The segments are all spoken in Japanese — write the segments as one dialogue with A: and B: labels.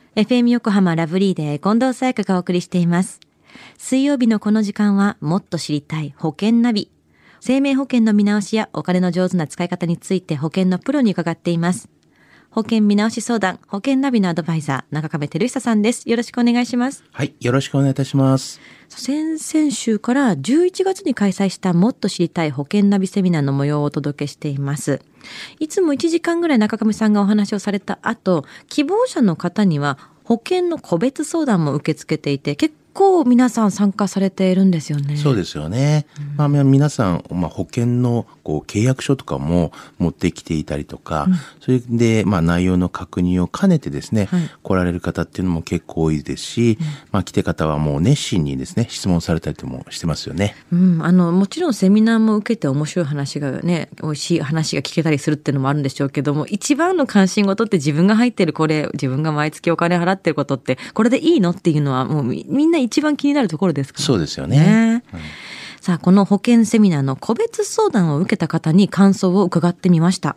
A: FM 横浜ラブリーで近藤沙耶香がお送りしています。水曜日のこの時間はもっと知りたい保険ナビ。生命保険の見直しやお金の上手な使い方について保険のプロに伺っています。保険見直し相談、保険ナビのアドバイザー、中亀照久さんです。よろしくお願いします。
B: はい、よろしくお願いいたします。
A: 先々週から11月に開催したもっと知りたい保険ナビセミナーの模様をお届けしています。いつも1時間ぐらい中亀さんがお話をされた後、希望者の方には保険の個別相談も受け付けていて、結構皆さん参加されているんですよね。
B: そうですよね。皆さん、保険の契約書とかも持ってきていたりとか、それで内容の確認を兼ねてですね、来られる方っていうのも結構多いですし、来て方はもう熱心にですね、質問されたりもしてますよね。
A: もちろんセミナーも受けて面白い話がね、美味しい話が聞けたりするっていうのもあるんでしょうけども、一番の関心事って自分が入ってるこれ、自分が毎月お金払ってることってこれでいいのっていうのはもうみんな一番気になるところですからね。
B: そうですよね。
A: さあ、この保険セミナーの個別相談を受けた方に感想を伺ってみました。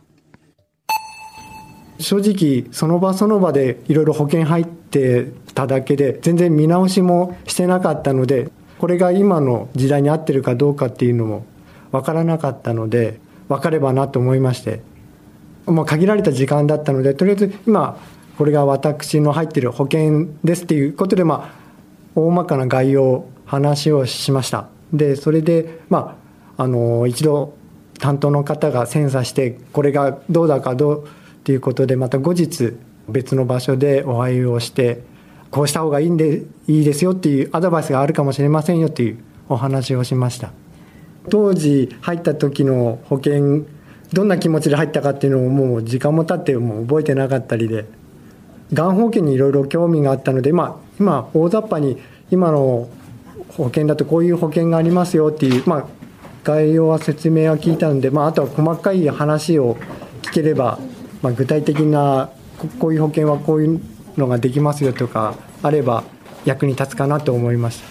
C: 正直その場その場でいろいろ保険入ってただけで全然見直しもしてなかったので、これが今の時代に合ってるかどうかっていうのも分からなかったので、分かればなと思いまして、限られた時間だったので、とりあえず今これが私の入ってる保険ですっていうことで、大まかな概要話をしました。でそれで一度担当の方が精査してこれがどうだかどうっていうことで、また後日別の場所でお会いをして、こうした方がいいですよっていうアドバイスがあるかもしれませんよっていうお話をしました。当時入った時の保険どんな気持ちで入ったかっていうのをもう時間も経ってもう覚えてなかったりで、がん保険にいろいろ興味があったので、今大雑把に今の保険だとこういう保険がありますよっていう、概要は説明は聞いたので、あとは細かい話を聞ければ、具体的なこういう保険はこういうのができますよとかあれば役に立つかなと思いました。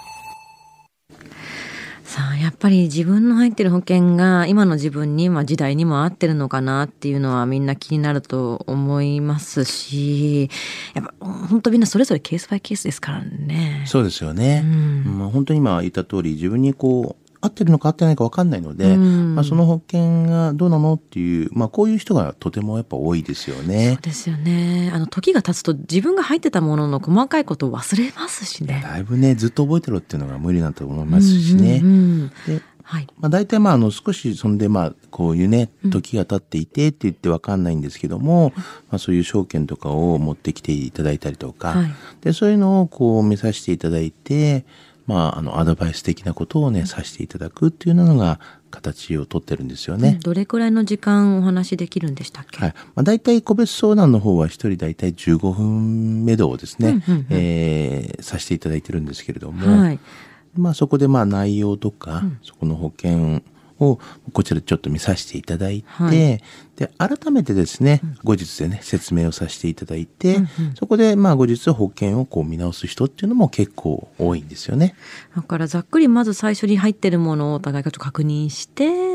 A: さあ、やっぱり自分の入ってる保険が今の自分に、時代にも合ってるのかなっていうのはみんな気になると思いますし、やっぱ本当みんなそれぞれケースバイケースですからね。
B: そうですよね。本当に今言った通り、自分に合ってるのか合ってないか分かんないので、その保険がどうなのっていう、こういう人がとてもやっぱ多いですよね。
A: そうですよね。時が経つと自分が入ってたものの細かいことを忘れますしね。
B: だいぶね、ずっと覚えてろっていうのが無理だと思いますしね。で、大体少しそんでこういうね、時が経っていてって言って分かんないんですけども、そういう証券とかを持ってきていただいたりとか、でそういうのを見させていただいて、アドバイス的なことをね、させていただくっていうのが形をとってるんですよね。
A: どれくらいの時間お話できるんでしたっけ？
B: だいたい個別相談の方は一人だいたい15分目処をですね、させていただいてるんですけれども、そこで内容とか、そこの保険をこちらでちょっと見させていただいて、で改めてですね、後日でね説明をさせていただいて、そこで後日保険を見直す人っていうのも結構多いんですよね。
A: だからざっくりまず最初に入ってるものをお互いがちょっと確認して、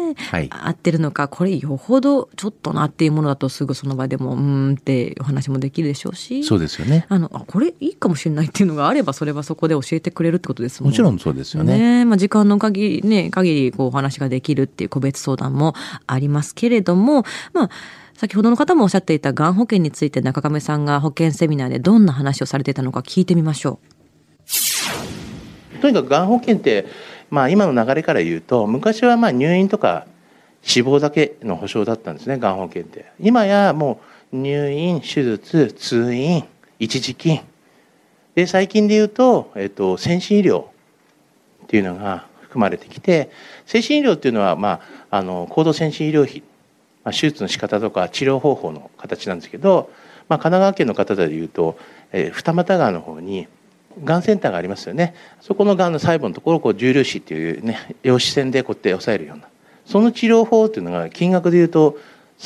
A: 合ってるのか、これよほどちょっとなっていうものだとすぐその場でもってお話もできるでしょうし、
B: そうですよね。
A: これいいかもしれないっていうのがあれば、それはそこで教えてくれるってことですもんね。
B: もちろんそうですよね。
A: 時間の限りお話ができるっていう個別相談もありますけれども、先ほどの方もおっしゃっていたがん保険について中亀さんが保険セミナーでどんな話をされていたのか聞いてみましょ
B: う。とにかくがん保険って、今の流れから言うと、昔は入院とか死亡だけの保障だったんですね、がん保険って。今やもう入院、手術、通院、一時金で、最近で言うと、先進医療っていうのが含まれてきて、先進医療っていうのは、高度先進医療費、手術の仕方とか治療方法の形なんですけど、神奈川県の方でいうと、二俣川の方にがんセンターがありますよね。そこのがんの細胞のところを重粒子っていうね、陽子線でこうやって抑えるような、その治療法っていうのが金額でいうと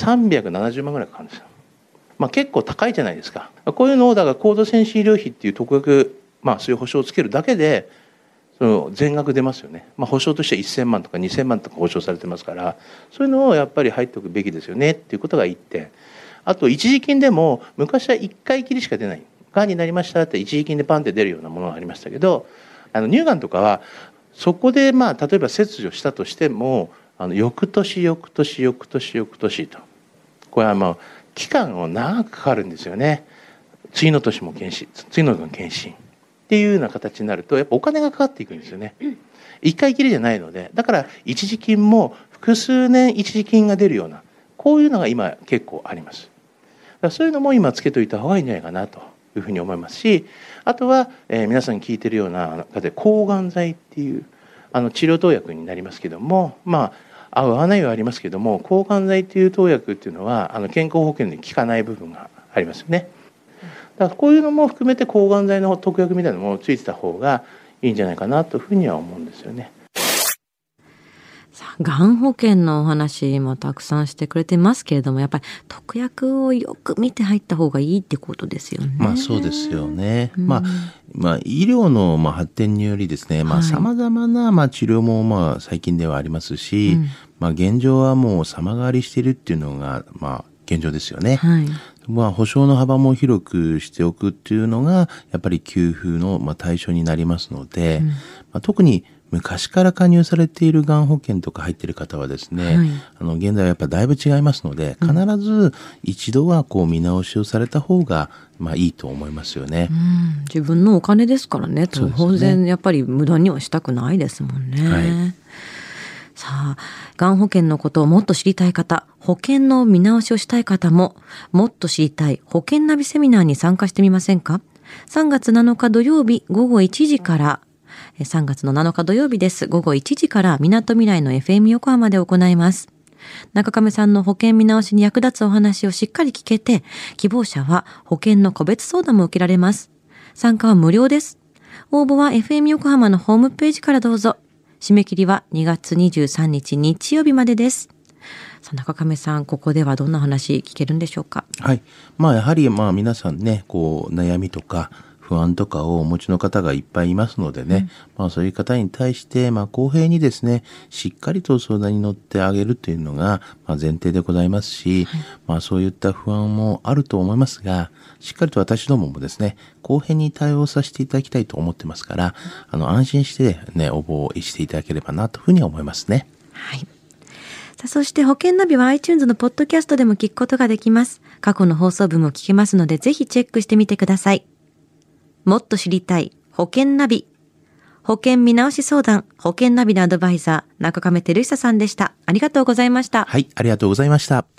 B: 370万ぐらいかかるんですよ。結構高いじゃないですか。こういうのをだから高度先進医療費っていう特約、そういう保証をつけるだけでその全額出ますよね。保証としては1000万とか2000万とか保証されてますから、そういうのをやっぱり入っておくべきですよねっていうことが1点。あと一時金でも昔は1回きりしか出ないがんになりましたって一時金でパンって出るようなものがありましたけど、乳がんとかはそこで例えば切除したとしても翌年翌年翌年翌年と、これは期間を長くかかるんですよね。次の年も検診、次の年も検診っていうような形になるとやっぱお金がかかっていくんですよね。一回きりじゃないので、だから一時金も複数年一時金が出るような、こういうのが今結構あります。だからそういうのも今つけといた方がいいんじゃないかなというふうに思いますし、あとは、皆さん聞いてるような中で抗がん剤っていう治療投薬になりますけども、合う合わないはありますけども、抗がん剤っていう投薬っていうのは健康保険に効かない部分がありますよね。だからこういうのも含めて抗がん剤の特約みたいなものをついてた方がいいんじゃないかなというふうには思うんですよね。
A: がん保険のお話もたくさんしてくれてますけれども、やっぱり特約をよく見て入った方がいいってことですよね。
D: そうですよね。医療の発展によりですね、様々な治療も最近ではありますし、現状はもう様変わりしているっていうのが現状ですよね。保証の幅も広くしておくっていうのがやっぱり給付の対象になりますので、特に昔から加入されているがん保険とか入っている方はですね、現在はやっぱだいぶ違いますので、必ず一度は見直しをされた方がいいと思いますよね。
A: 自分のお金ですからね、当然やっぱり無駄にはしたくないですもんね。さあ、がん保険のことをもっと知りたい方、保険の見直しをしたい方も、もっと知りたい保険ナビセミナーに参加してみませんか。3月7日土曜日午後1時から、3月の7日土曜日です。午後1時からみなとみらいの FM 横浜で行います。中亀さんの保険見直しに役立つお話をしっかり聞けて、希望者は保険の個別相談も受けられます。参加は無料です。応募は FM 横浜のホームページからどうぞ。締め切りは2月23日日曜日までです。さあ、中亀さん、ここではどんな話聞けるんでしょうか。
D: やはり皆さんね、悩みとか不安とかをお持ちの方がいっぱいいますのでね、そういう方に対して公平にですね、しっかりと相談に乗ってあげるというのが前提でございますし、そういった不安もあると思いますが、しっかりと私どももですね、公平に対応させていただきたいと思ってますから、安心してね、応募していただければなというふうに思いますね。
A: さあ、そして保険ナビは iTunes のポッドキャストでも聞くことができます。過去の放送分も聞けますので、ぜひチェックしてみてください。もっと知りたい保険ナビ。保険見直し相談、保険ナビのアドバイザー、中亀照久さんでした。ありがとうございました。
D: ありがとうございました。